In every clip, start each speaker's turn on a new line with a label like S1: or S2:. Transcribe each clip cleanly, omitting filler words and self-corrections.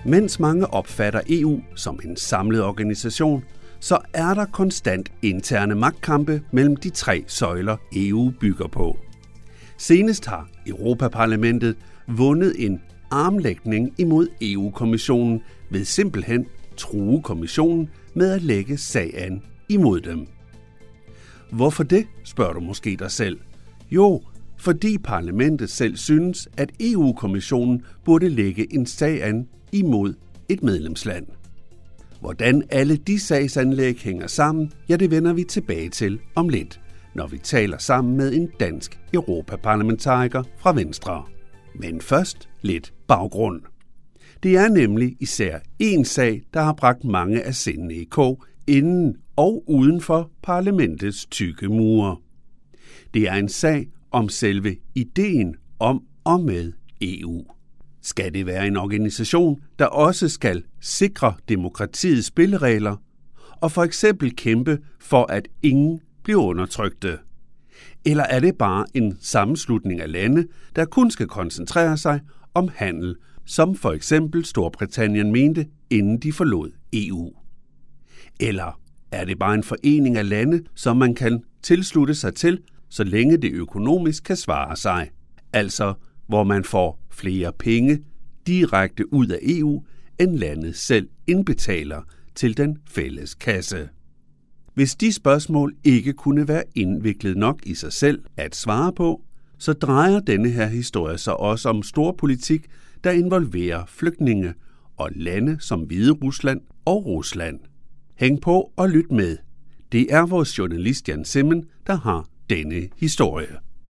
S1: Mens mange opfatter EU som en samlet organisation, så er der konstant interne magtkampe mellem de 3 søjler, EU bygger på. Senest har Europaparlamentet vundet en armlægning imod EU-kommissionen ved simpelthen true kommissionen med at lægge sag an imod dem. Hvorfor det, spørger du måske dig selv? Jo, fordi parlamentet selv synes, at EU-kommissionen burde lægge en sag an imod et medlemsland. Hvordan alle de sagsanlæg hænger sammen, ja, det vender vi tilbage til om lidt, når vi taler sammen med en dansk europaparlamentariker fra Venstre. Men først lidt baggrund. Det er nemlig især én sag, der har bragt mange af sindene i kog inden og uden for parlamentets tykke mure. Det er en sag om selve ideen om og med EU. Skal det være en organisation, der også skal sikre demokratiets spilleregler og for eksempel kæmpe for, at ingen bliver undertrykte? Eller er det bare en sammenslutning af lande, der kun skal koncentrere sig om handel, som for eksempel Storbritannien mente, inden de forlod EU? Eller er det bare en forening af lande, som man kan tilslutte sig til, så længe det økonomisk kan svare sig? Altså, hvor man får flere penge direkte ud af EU, end landet selv indbetaler til den fælles kasse. Hvis de spørgsmål ikke kunne være indviklet nok i sig selv at svare på, så drejer denne her historie sig også om storpolitik, der involverer flygtninge og lande som Hviderusland og Rusland. Hæng på og lyt med. Det er vores journalist Jan Simmen, der har denne historie.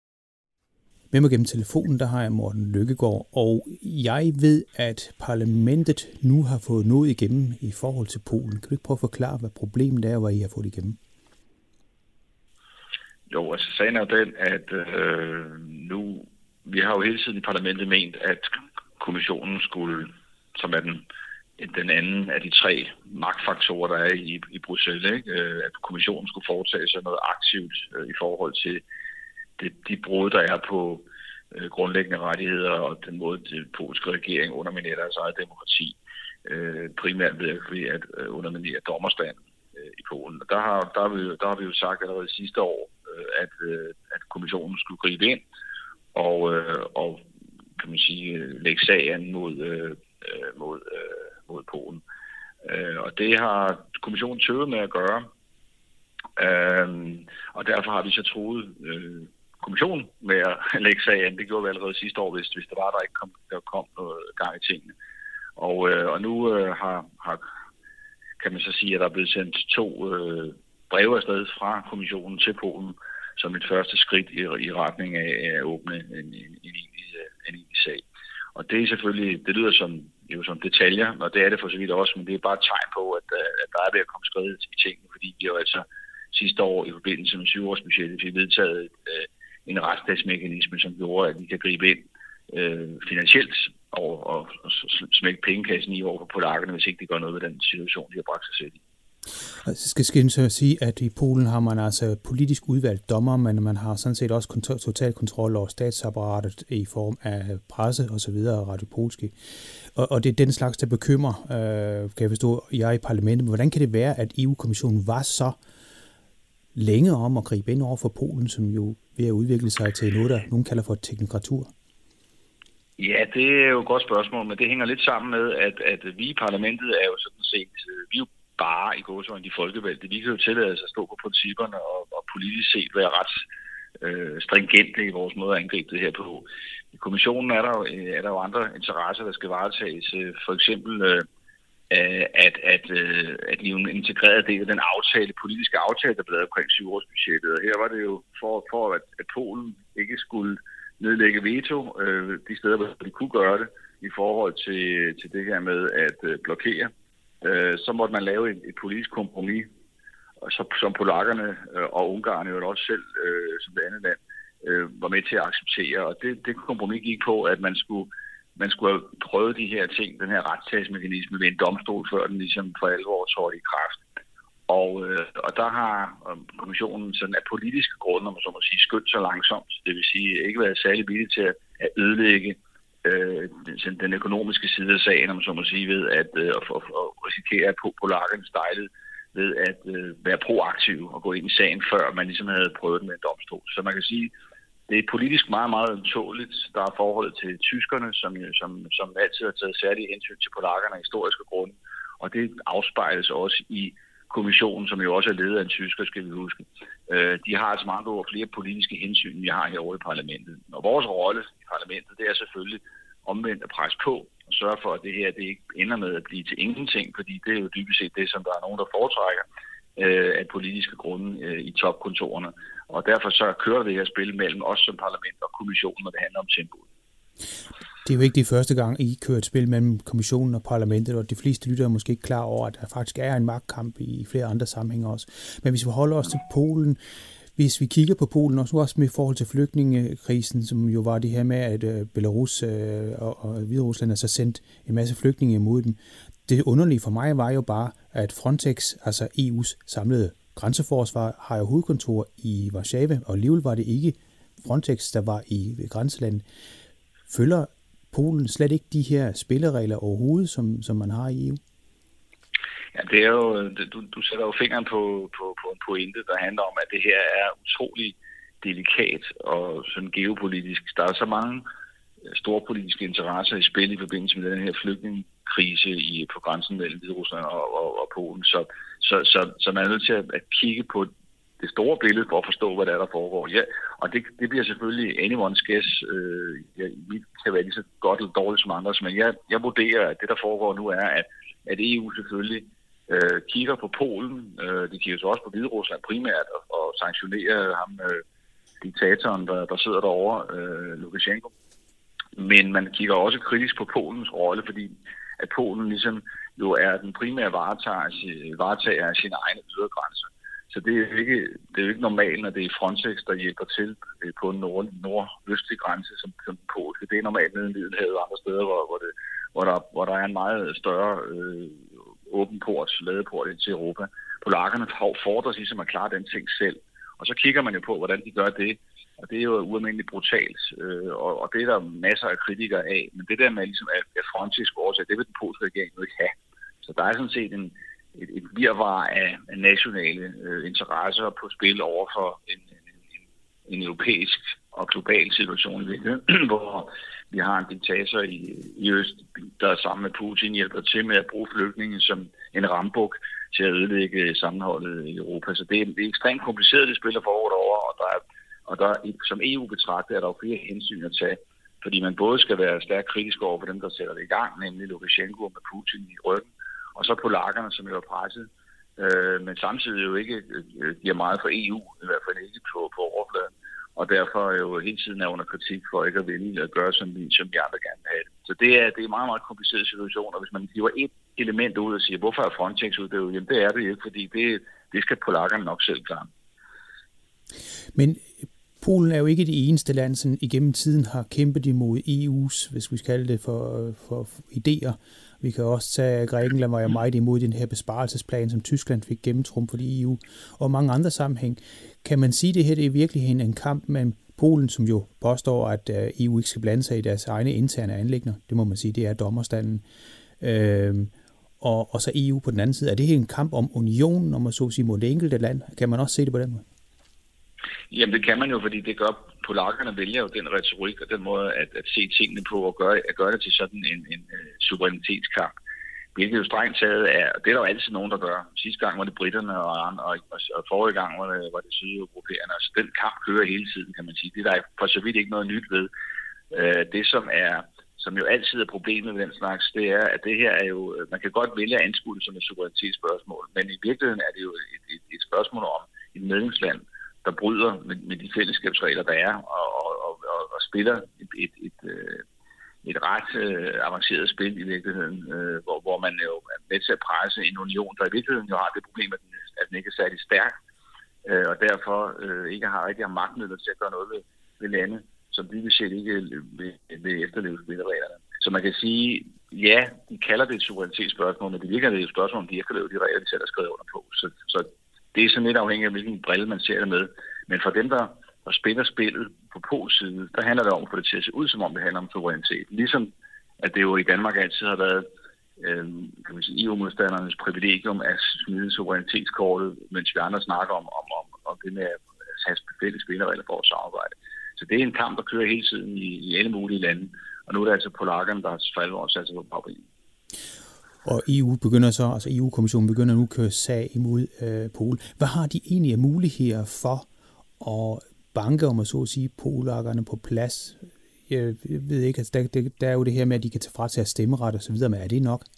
S2: Med mig gennem telefonen, der har jeg Morten Lykkegaard, og jeg ved, at parlamentet nu har fået noget igennem i forhold til Polen. Kan du ikke prøve at forklare, hvad problemet er, og hvad I har fået igennem?
S3: Jo, altså sagen er jo den, at vi har jo hele tiden i parlamentet ment, at kommissionen skulle, som er den anden af de 3 magtfaktorer, der er i Bruxelles, ikke? At kommissionen skulle foretage sig noget aktivt i forhold til de brud, der er på grundlæggende rettigheder og den måde, den polske regering underminerer deres eget demokrati, primært ved at underminere dommerstanden i Polen. Og der har vi jo sagt allerede sidste år, at kommissionen skulle gribe ind og kan man sige, lægge sag an mod Polen. Og det har kommissionen tøvet med at gøre, og derfor har vi så troet kommissionen med at lægge sag an. Det gjorde vi allerede sidste år, hvis der var der ikke kom noget gang i tingene. Og nu kan man så sige, at der er blevet sendt 2 breve afsted fra kommissionen til Polen som et første skridt i retning af at åbne en egentlig sag. Og det er selvfølgelig, det lyder som detaljer, og det er det for så vidt også, men det er bare et tegn på, at der er ved at komme skridt i tingene, fordi vi jo altså sidste år i forbindelse med 7-årsbudgettet fik vedtaget en retsstatsmekanisme, som gjorde, at vi kan gribe ind finansielt og smække pengekassen i over på polakkerne, hvis ikke de gør noget ved den situation, de har bragt sig selv i.
S2: Så skal jeg så sige, at i Polen har man altså politisk udvalgt dommer, men man har sådan set også total kontrol over statsapparatet i form af presse og så videre, Radio Polski. Og det er den slags, der bekymrer, kan jeg forstå, jeg i parlamentet. Men hvordan kan det være, at EU-kommissionen var så længe om at gribe ind over for Polen, som jo ved at udvikle sig til noget, der nogen kalder for teknokratur?
S3: Ja, det er jo et godt spørgsmål, men det hænger lidt sammen med, at vi i parlamentet er jo sådan set, vi er jo bare i gåseøjne de folkevalgte. Vi kan jo tillade os at stå på principperne og politisk set være ret stringente i vores måde at angribe det her på. I kommissionen er der jo andre interesser, der skal varetages. For eksempel at de er en integreret del af den politiske aftale, der blev lavet omkring 7-årsbudgettet. Og her var det jo for at Polen ikke skulle nedlægge veto de steder, hvor de kunne gøre det i forhold til det her med at blokere. Så måtte man lave et politisk kompromis, som polakkerne og Ungarn jo også selv som det andet land var med til at acceptere. Og det kompromis gik på, at man skulle have prøvet de her ting, den her retssagsmekanisme ved en domstol, før den ligesom for alvor trådte i kraft. Og der har kommissionen sådan af politiske grunde, om man så må sige, skyndt så langsomt. Det vil sige ikke været særlig villig til at ødelægge den økonomiske side af sagen, om man så må sige, ved at risikere at polakkerne stejlede ved at være proaktiv og gå ind i sagen, før man ligesom havde prøvet den med en domstol. Så man kan sige, det er politisk meget, meget ømtåligt. Der er forholdet til tyskerne, som altid har taget særlige hensyn til polakkerne af historiske grunde, og det afspejles også i kommissionen, som jo også er ledet af en tysker, skal vi huske. De har altså mange ord flere politiske hensyn, vi har herovre i parlamentet. Og vores rolle i parlamentet, det er selvfølgelig omvendt at presse på og sørge for, at det her det ikke ender med at blive til ingenting, fordi det er jo dybest set det, som der er nogen, der foretrækker af politiske grunde i topkontorerne. Og derfor så kører det her spil mellem os som parlament og kommissionen, når det handler om tempoet.
S2: Det er jo ikke de første gang, I kører et spil mellem kommissionen og parlamentet, og de fleste lyttere er måske ikke klar over, at der faktisk er en magtkamp i flere andre sammenhænge også. Men hvis vi holder os til Polen, hvis vi kigger på Polen, også med forhold til flygtningekrisen, som jo var det her med, at Belarus og Hviderusland altså sendt en masse flygtninge imod dem. Det underlige for mig var jo bare, at Frontex, altså EU's samlede grænseforsvar, har jo hovedkontor i Warszawa, og alligevel var det ikke Frontex, der var i grænselandet. Følger Polen slet ikke de her spilleregler overhovedet, som man har i EU?
S3: Ja, det er jo, du sætter jo fingeren på en pointe, der handler om, at det her er utrolig delikat og sådan geopolitisk. Der er så mange storpolitiske interesser i spil i forbindelse med den her flygtningekrise på grænsen mellem Hviderusland og Polen. Så man er nødt til at kigge på det store billede for at forstå, hvad der foregår. Ja, og det bliver selvfølgelig anyone's guess. Vi kan være lige så godt eller dårligt som andre, men jeg vurderer, at det, der foregår nu, er, at EU selvfølgelig kigger på Polen. De kigger så også på Hviderusland primært og sanktionerer ham, diktatoren, der sidder derovre, Lukashenko. Men man kigger også kritisk på Polens rolle, fordi at Polen ligesom jo er den primære varetager af sine egne ydergrænser. Så det er jo ikke normalt, når det er Frontex, der hjælper til på en nordøstlig grænse som den polske. Det er normalt nede i Middelhavet og andre steder, hvor der er en meget større åben port, ladeport ind til Europa. Polakkerne fordres ligesom at klare den ting selv. Og så kigger man jo på, hvordan de gør det. Og det er jo ualmindeligt brutalt. Og det er der masser af kritikere af. Men det der med, ligesom, at Frontex går over til, det vil den polske regering jo ikke have. Så der er sådan set et virvar af nationale interesser på spil over for en europæisk og global situation, hvor vi har en diktator i øst, der sammen med Putin hjælper til med at bruge flygtninge som en rambuk til at ødelægge sammenholdet i Europa. Så det er ekstremt kompliceret, det spiller forud over, og der som EU betragter, er der jo flere hensyn at tage, fordi man både skal være stærkt kritisk over for dem, der sætter det i gang, nemlig Lukashenko med Putin i ryggen, og så polakkerne, som jo er presset, men samtidig jo ikke giver meget for EU, i hvert fald ikke på overfladen, og derfor jo hele tiden er under kritik for ikke at vælge at gøre, som de andre gerne vil have det. Så det er en meget, meget kompliceret situation, og hvis man giver et element ud og siger, hvorfor er Frontex ud, jamen det er det ikke, fordi det skal polakkerne nok selv klare.
S2: Men Polen er jo ikke det eneste land, som igennem tiden har kæmpet imod EU's, hvis vi skal kalde det for idéer. Vi kan også tage Grækenland, var jo meget imod den her besparelsesplan, som Tyskland fik gennemtrumfet i EU, og mange andre sammenhæng. Kan man sige, at det her det er virkelig en kamp mellem Polen, som jo påstår, at EU ikke skal blande sig i deres egne interne anliggender? Det må man sige, det er dommerstanden. Og så EU på den anden side. Er det her en kamp om unionen, om at så sige mod det enkelte land? Kan man også se det på den måde?
S3: Jamen det kan man jo, fordi det gør polakkerne vælger jo den retorik og den måde at se tingene på og gøre det til sådan en suverænitetskamp. Hvilket jo strengt taget er, det er der jo altid nogen, der gør. Sidste gang var det britterne, og forrige gang var det sydeuropæerne. Altså den kamp kører hele tiden, kan man sige. Det der er for så vidt ikke noget nyt ved. Det som jo altid er problemet med den slags, det er, at det her er jo, man kan godt vælge at anskue det som et suverænitetsspørgsmål, men i virkeligheden er det jo et spørgsmål om et medlemsland, der bryder med de fællesskabsregler, der er, og spiller et ret avanceret spil i virkeligheden, hvor man jo er med til at presse en union, der i virkeligheden jo har det problem, at den ikke er særlig stærk, og derfor ikke har rigtig magtmidler til at gøre noget ved lande, som dybest set ikke vil efterleve spillereglerne. Så man kan sige, ja, de kalder det et suverænitetsspørgsmål, men det virker det et spørgsmål, om de efterlever de regler, de selv har skrevet under på. Så det er sådan lidt afhængigt af, hvilken brille man ser det med. Men for dem, der og spiller spillet på Pols side, der handler det om at få det til at se ud, som om det handler om suverænitet. Ligesom at det jo i Danmark altid har været kan man sige, EU-modstandernes privilegium at smide suverænitetskortet, mens vi andre snakker om det med at have fælles spilleregler for at samarbejde. Så det er en kamp, der kører hele tiden i alle mulige lande, og nu er det altså polakkerne, der har for alvor sat sig på bagbenene.
S2: Og EU-kommissionen begynder nu at køre sag imod Polen. Hvad har de egentlig af muligheder for at banke, om at så at sige, polakkerne på plads? Jeg ved ikke, altså der er jo det her med, at de kan tage fratage stemmeret og så videre, men er det nok?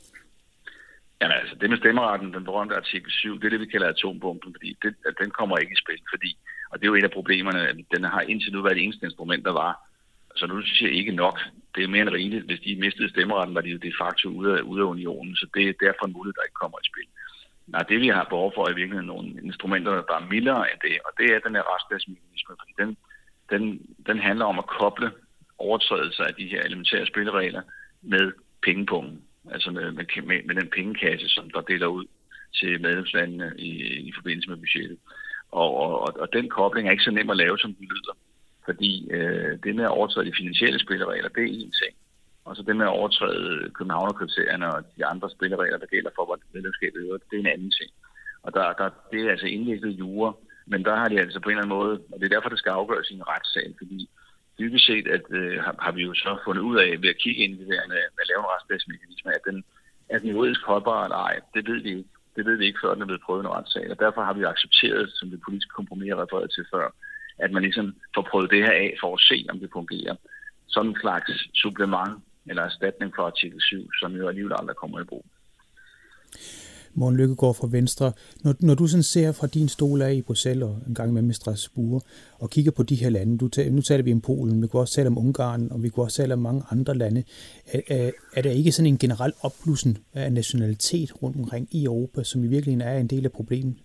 S3: Jamen altså, det med stemmeretten, den berømte artikel 7, det er det, vi kalder atombomben, fordi den kommer ikke i spil, og det er jo et af problemerne, at den har indtil nu været det eneste instrument, der var. Så nu siger jeg ikke nok. Det er mere end rigeligt. Hvis de mistede stemmeretten, var de jo de facto ude af unionen, så det er derfor en mulighed, der ikke kommer i spil. Nej, det vi har behov for er i virkeligheden nogle instrumenter, der er mildere end det, og det er den her retsstatsmekanisme, fordi den handler om at koble overtrædelser af de her elementære spilleregler med pengepungen, altså med den pengekasse, som der deler ud til medlemslandene i forbindelse med budgettet. Og den kobling er ikke så nem at lave, som den lyder, fordi det med at overtræde de finansielle spilleregler, det er en ting. Og så det med at overtræde Københavnerkriterierne og de andre spilleregler, der gælder for, hvordan medlemskabet øger, det er en anden ting. Og det er altså indviklet jura, men der har de altså på en eller anden måde, og det er derfor, det skal afgøres i en retssag, fordi dybest set har vi jo så fundet ud af ved at kigge ind i det der med at lave en retsstatsmekanisme, at den juridisk holdbar eller ej, det ved vi ikke. Det ved vi ikke, før den er blevet prøvet i en retssag. Og derfor har vi accepteret, som det politiske kompromis jeg refererede til før, at man ligesom får prøvet det her af for at se, om det fungerer. Sådan en slags supplement eller erstatning for artikel 7, som jo alligevel aldrig kommer i brug.
S2: Morten Løkkegaard fra Venstre. Når du sådan ser fra din stol af i Bruxelles og en gang med Strasbourg og kigger på de her lande, nu taler vi om Polen, vi kunne også tale om Ungarn, og vi kunne også tale om mange andre lande. Er der ikke sådan en generel opblussen af nationalitet rundt omkring i Europa, som i virkeligheden er en del af problemet?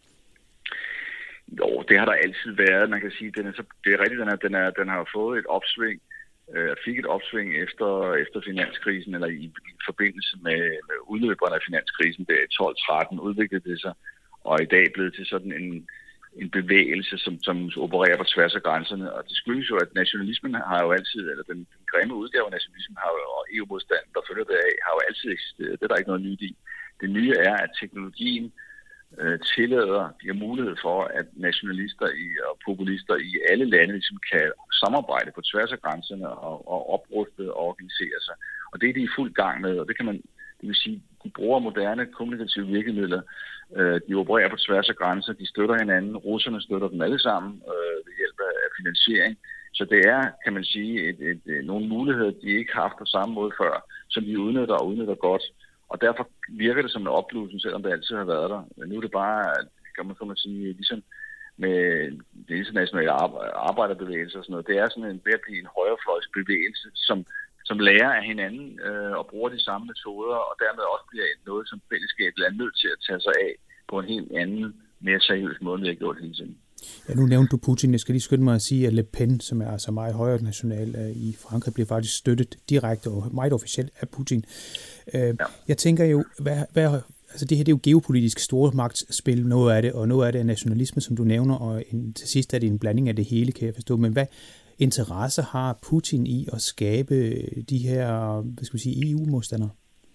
S3: Jo, det har der altid været. Man kan sige, det er rigtigt, at den har fået et opsving, fik et opsving efter finanskrisen, eller i forbindelse med udløberne af finanskrisen der i 12-13 udviklede det sig, og i dag er blevet til sådan en bevægelse, som opererer på tværs af grænserne. Og det skyldes jo, at nationalismen har jo altid, eller den grimme udgave af nationalismen og EU-modstanden, der følger det af, har jo altid eksisteret. Det er der ikke noget nyt i. Det nye er, at teknologien giver mulighed for, at nationalister og populister i alle lande ligesom kan samarbejde på tværs af grænserne og opruste og organisere sig. Og det er de i fuld gang med, og det vil sige, de bruger moderne kommunikative virkemidler. De opererer på tværs af grænser, de støtter hinanden, russerne støtter dem alle sammen ved hjælp af finansiering. Så det er, kan man sige, nogle muligheder, de ikke har haft på samme måde før, som de udnytter godt. Og derfor virker det som en opblussen, selvom det altid har været der. Nu er det bare, kan man sige, ligesom med det internationale arbejderbevægelse og sådan noget. Det er sådan ved at blive en højrefløjsbevægelse, som lærer af hinanden og bruger de samme metoder, og dermed også bliver noget, som fællesskabet er nødt til at tage sig af på en helt anden, mere seriøs måde, end vi har gjort hele tiden.
S2: Ja, nu nævnte du Putin. Jeg skal lige skynde mig at sige, at Le Pen, som er altså meget højere national i Frankrig, bliver faktisk støttet direkte og meget officielt af Putin. Ja. Jeg tænker jo, altså det her det er jo geopolitisk stormagtsspil, noget af det, og noget af det er nationalisme, som du nævner, og til sidst er det en blanding af det hele, kan jeg forstå. Men hvad interesse har Putin i at skabe de her, hvad skal vi sige, EU-modstandere?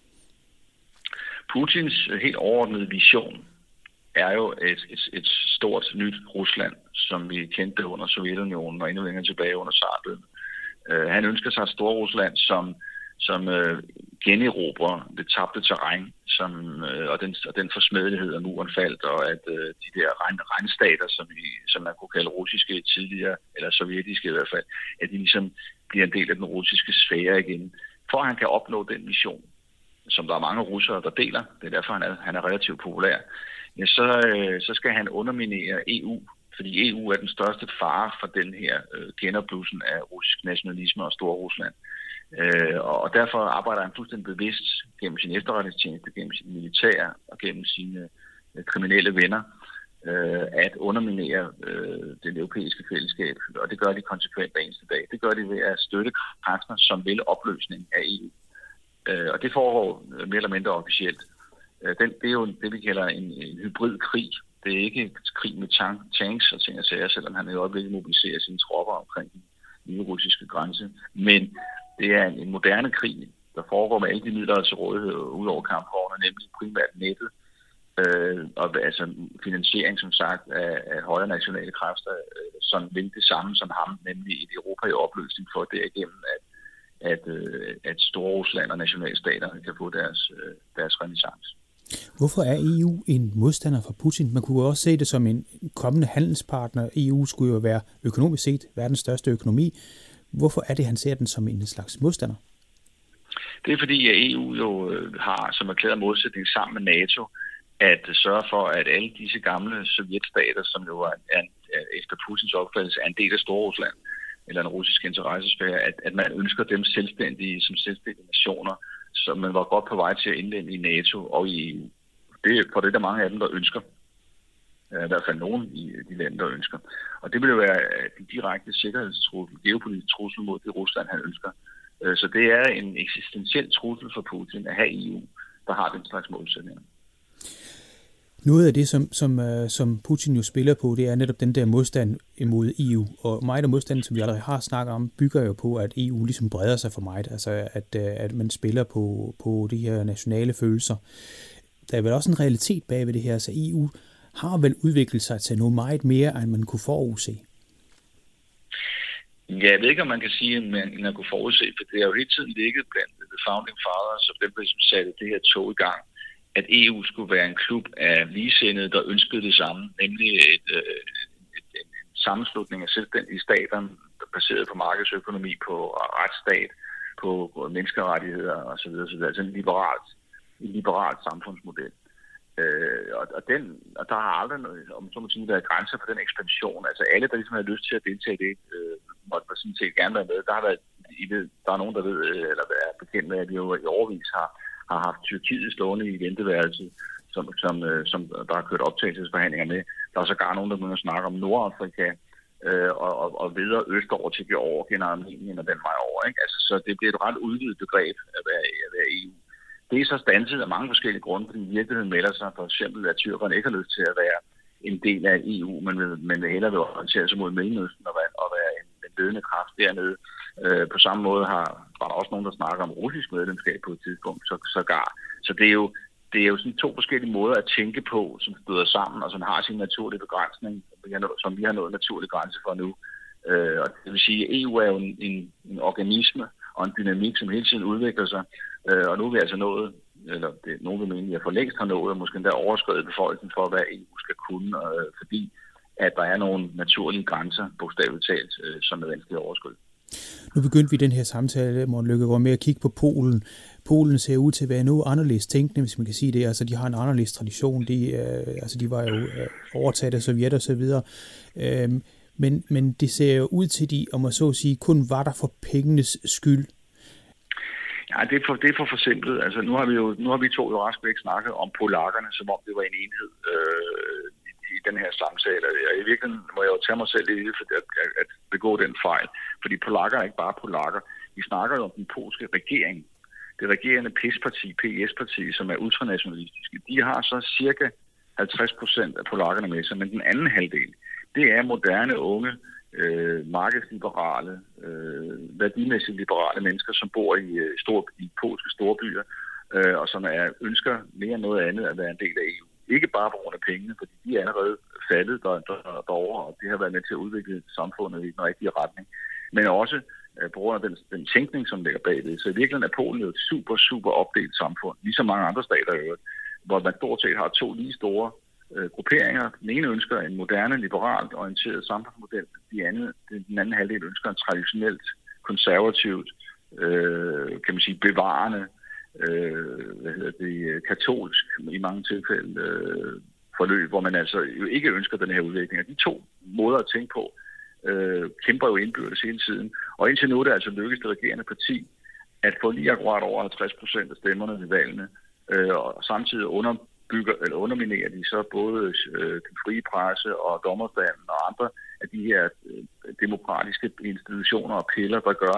S3: Putins helt overordnede vision er jo et stort nyt Rusland, som vi kendte under Sovjetunionen og endnu længere tilbage under Tsardømmet. Han ønsker sig et stort Rusland, som generobrer det tabte terræn, og den forsmedelighed af muren faldt, og at de der randstater, som man kunne kalde russiske tidligere, eller sovjetiske i hvert fald, at de ligesom bliver en del af den russiske sfære igen. For at han kan opnå den mission, som der er mange russere, der deler, det er derfor, han er relativt populær, ja, så skal han underminere EU, fordi EU er den største fare for den her genopblussen af russisk nationalisme og Storrusland. Og derfor arbejder han fuldstændig bevidst gennem sin efterretningstjeneste, gennem sin militær og gennem sine kriminelle venner at underminere det europæiske fællesskab. Og det gør de konsekvent hver eneste dag. Det gør de ved at støtte kræfter, som vil opløsning af EU. Og det foregår mere eller mindre officielt. Det er jo det, vi kalder en hybridkrig. Det er ikke et krig med tanks og ting og sager, selvom han i øjeblikket mobiliserer sine tropper omkring den nye russiske grænse. Men det er en moderne krig, der foregår med alle de midler til rådighed ud over kampvogne, nemlig primært nettet, og altså finansiering, som sagt, af højre nationale kræfter, som vil det samme som ham, nemlig et Europa i opløsning for derigennem, at Storrusland og nationalstaterne kan få deres renæssance.
S2: Hvorfor er EU en modstander for Putin? Man kunne også se det som en kommende handelspartner. EU skulle jo være økonomisk set verdens største økonomi. Hvorfor er det, han ser den som en slags modstander?
S3: Det er fordi, at EU jo har som erklæret modsætning sammen med NATO at sørge for, at alle disse gamle sovjetstater, som jo er efter Putins opfattelse er en del af Storrusland, eller en russisk interessesfære, at man ønsker dem selvstændige som selvstændige nationer, som man var godt på vej til at indlemme i NATO og i EU. Det er der mange af dem, der ønsker. I hvert fald nogen i de lande, der ønsker. Og det vil jo være en direkte sikkerhedstrussel, geopolitisk trussel mod det Rusland, han ønsker. Så det er en eksistentiel trussel for Putin at have EU, der har den slags målsætninger.
S2: Noget af det, som Putin jo spiller på, det er netop den der modstand imod EU. Og meget af modstanden, som vi allerede har snakket om, bygger jo på, at EU ligesom breder sig for meget. Altså at man spiller på de her nationale følelser. Der er vel også en realitet bag ved det her, så EU har vel udviklet sig til noget meget mere, end man kunne forudse.
S3: Ja, jeg ved ikke, om man kan sige, at man kunne forudse, for det er jo hele tiden ligget blandt the founding fathers, og dem, der satte det her tog i gang, at EU skulle være en klub af ligesindede, der ønskede det samme, nemlig en sammenslutning af selvstændige stater, baseret på markedsøkonomi, på retsstat, på menneskerettigheder osv. Altså en liberal samfundsmodel. Og der har aldrig om så må sige, været grænser for den ekspansion. Altså alle, der ligesom har lyst til at deltage i det, måtte sådan set gerne være med. Der er nogen, der ved, eller er bekendt med, at vi jo i årevis har haft Tyrkiet stående i venteværelset, som der har kørt optagelsesforhandlinger med. Der er sågar nogen, der begynder at snakke om Nordafrika og videre østover til Georgien og Armenien og den vej over. Ikke? Altså, så det bliver et ret udvidet begreb at være EU. Det er så standset af mange forskellige grunde, fordi virkeligheden melder sig for eksempel, at tyrkerne ikke har lyst til at være en del af EU, men vil hellere vil orientere sig mod Mellemøsten og være en ledende kraft dernede. På samme måde var der også nogen, der snakker om russisk medlemskab på et tidspunkt, sågar. Så det er jo sådan to forskellige måder at tænke på, som støder sammen, og som har sin naturlige begrænsning, som vi har nået en naturlig grænse for nu. Og det vil sige, at EU er jo en organisme og en dynamik, som hele tiden udvikler sig. Og nu er vi altså nået, eller nogen vil mene, at jeg for længst har nået, og måske endda overskredet befolkningen for, hvad EU skal kunne, fordi at der er nogle naturlige grænser, bogstaveligt talt, som er vanskeligt at overskride.
S2: Nu begyndte vi den her samtale, Morten Løkkegaard, med at kigge på Polen. Polen ser ud til at være noget anderledes tænkende, hvis man kan sige det. Altså, de har en anderledes tradition. De var jo overtaget af Sovjet og så videre. Men det ser jo ud til, de, om man så at sige, kun var der for pengenes skyld.
S3: Ja, det er for forsimplet. Altså, nu har vi to jo rask væk snakket om polakkerne, som om det var en enhed i den her samtale. Og i virkeligheden må jeg jo tage mig selv i det, for at begå den fejl. Fordi polakker er ikke bare polakker. Vi snakker jo om den polske regering. Det regerende PiS-parti, PS-parti, som er ultranationalistiske, de har så cirka 50% af polakkerne med sig, men den anden halvdel, det er moderne, unge, markedsliberale, værdimæssigt liberale mennesker, som bor i polske storbyer, og som ønsker mere end noget andet at være en del af EU. Ikke bare på grund af pengene, fordi de er allerede faldet derovre, og det har været med til at udvikle samfundet i den rigtige retning, men også på grund af den tænkning, som ligger bagved. Så i virkeligheden er Polen jo et super, super opdelt samfund, ligesom mange andre stater i øvrigt, hvor man stort set har to lige store grupperinger. Den ene ønsker en moderne, liberalt orienteret samfundsmodel. Den anden halvdel ønsker en traditionelt, konservativt, kan man sige, bevarende, katolsk i mange tilfælde forløb, hvor man altså jo ikke ønsker den her udvikling. Og de to måder at tænke på kæmper jo indbyrdes hele tiden. Og indtil nu er det altså lykkedes det regerende parti at få lige akkurat over 50% af stemmerne ved valgene, og samtidig underminerer de så både den frie presse og dommerstanden og andre af de her demokratiske institutioner og piller, der gør,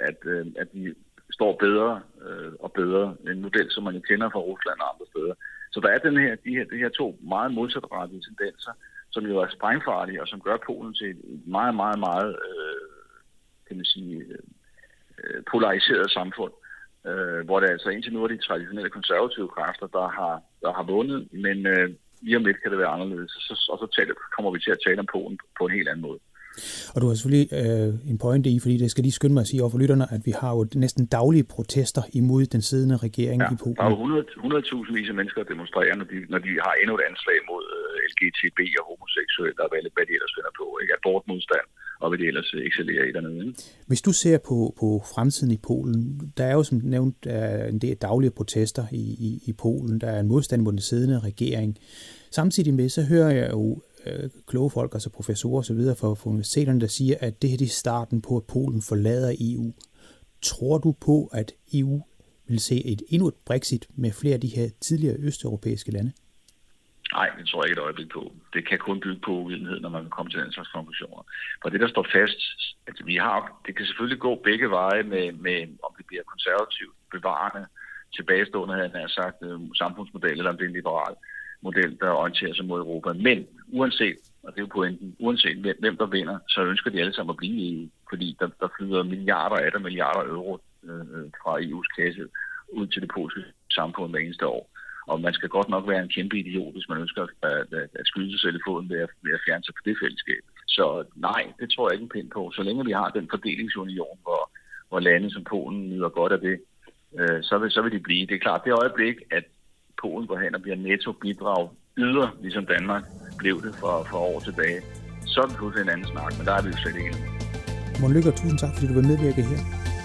S3: at de står bedre og bedre. En model, som man jo kender fra Rusland og andre steder. Så der er de her to meget modsatrettede tendenser, som jo er sprængfarlige, og som gør Polen til et meget, meget, meget kan man sige, polariseret samfund, hvor det altså indtil nu er de traditionelle konservative kræfter, der har vundet, men lige om lidt kan det være anderledes, og så kommer vi til at tale om Polen på en helt anden måde.
S2: Og du har selvfølgelig en pointe i, fordi det skal lige skynde mig at sige over for lytterne, at vi har jo næsten daglige protester imod den siddende regering i Polen.
S3: Der er jo 100.000 af mennesker, der demonstrerer, når de har endnu et anslag mod LGTB og homoseksuelle, og hvad de ellers finder på. Ikke? Abortmodstand, og hvad de ellers excellerer i dernede. Ikke?
S2: Hvis du ser på fremtiden i Polen, der er jo som nævnt en del daglige protester i Polen. Der er en modstand mod den siddende regering. Samtidig med, så hører jeg jo kloge folk, altså professorer og så videre fra universiteterne, der siger, at det her er starten på, at Polen forlader EU. Tror du på, at EU vil se endnu et Brexit med flere af de her tidligere østeuropæiske lande?
S3: Nej, det tror jeg ikke et øjeblik på. Det kan kun bygge på uvidenhed, når man kan komme til den slags konklusioner. For det, der står fast, at det kan selvfølgelig gå begge veje med om det bliver konservativt, bevarende, tilbagestående, havde jeg sagt, samfundsmodel, eller om det er en liberal model, der orienterer sig mod Europa. Men uanset, og det er jo pointen, uanset hvem der vinder, så ønsker de alle sammen at blive i EU, fordi der flyder milliarder euro fra EU's kasse ud til det polske samfund hver eneste år. Og man skal godt nok være en kæmpe idiot, hvis man ønsker at skyde sig selv i foden ved at fjerne sig på det fællesskab. Så nej, det tror jeg ikke en pind på. Så længe vi har den fordelingsunion, hvor lande som Polen nyder godt af det, så vil de blive. Det er klart, det øjeblik, at Polen går hen og bliver netto-bidrag yder, ligesom Danmark blev det for år tilbage, så er det pludselig en anden snak, men der er vi jo slet ikke.
S2: Morten Løkker, tusind tak, fordi du vil medvirke her.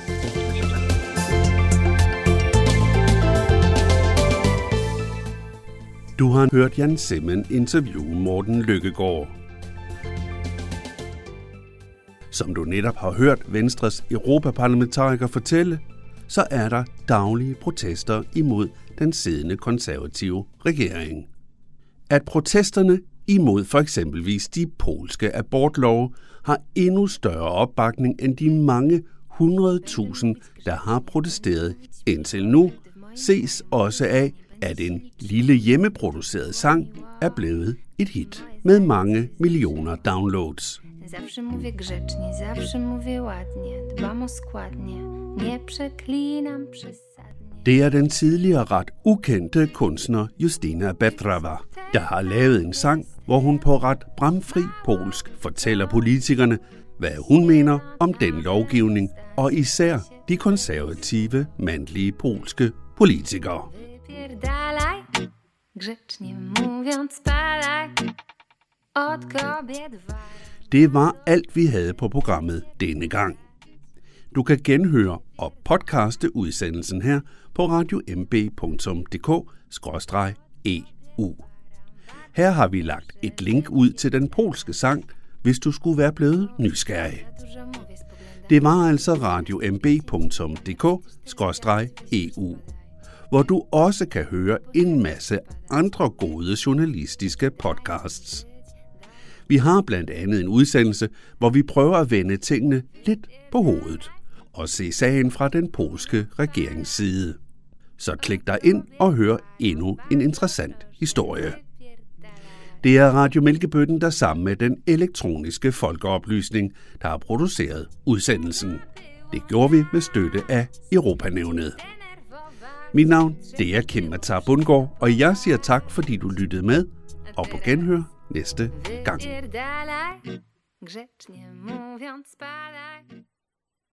S1: Du har hørt Jan Simmen interviewe Morten Løkkegaard. Som du netop har hørt Venstres europaparlamentariker fortælle, så er der daglige protester imod den siddende konservative regering. At protesterne imod for eksempelvis de polske abortlove har endnu større opbakning end de mange 100.000, der har protesteret indtil nu, ses også af, at en lille hjemmeproduceret sang er blevet et hit med mange millioner downloads.
S4: Zawsze mówię grzecznie, zawsze mówię ładnie, dbam o składnie, nie przeklinam przesadnie.
S1: Det er den tidligere ret ukendte kunstner Justyna Bedrava, der har lavet en sang, hvor hun på ret bramfri polsk fortæller politikerne, hvad hun mener om den lovgivning, og især de konservative mandlige polske politikere.
S4: Wypierdalaj, grzecznie mówiąc spadaj, od kobiet waj.
S1: Det var alt, vi havde på programmet denne gang. Du kan genhøre og podcaste udsendelsen her på radiomb.dk/EU. Her har vi lagt et link ud til den polske sang, hvis du skulle være blevet nysgerrig. Det var altså radiomb.dk/EU, hvor du også kan høre en masse andre gode journalistiske podcasts. Vi har blandt andet en udsendelse, hvor vi prøver at vende tingene lidt på hovedet og se sagen fra den polske regerings side. Så klik dig ind og hør endnu en interessant historie. Det er Radio Mælkebøtten, der sammen med den elektroniske folkeoplysning, der har produceret udsendelsen. Det gjorde vi med støtte af Europanævnet. Mit navn, det er Kim Matar Bundgaard, og jeg siger tak, fordi du lyttede med, og på genhør næste gang.
S4: Wypierdalaj, grzecznie mówiąc spadaj.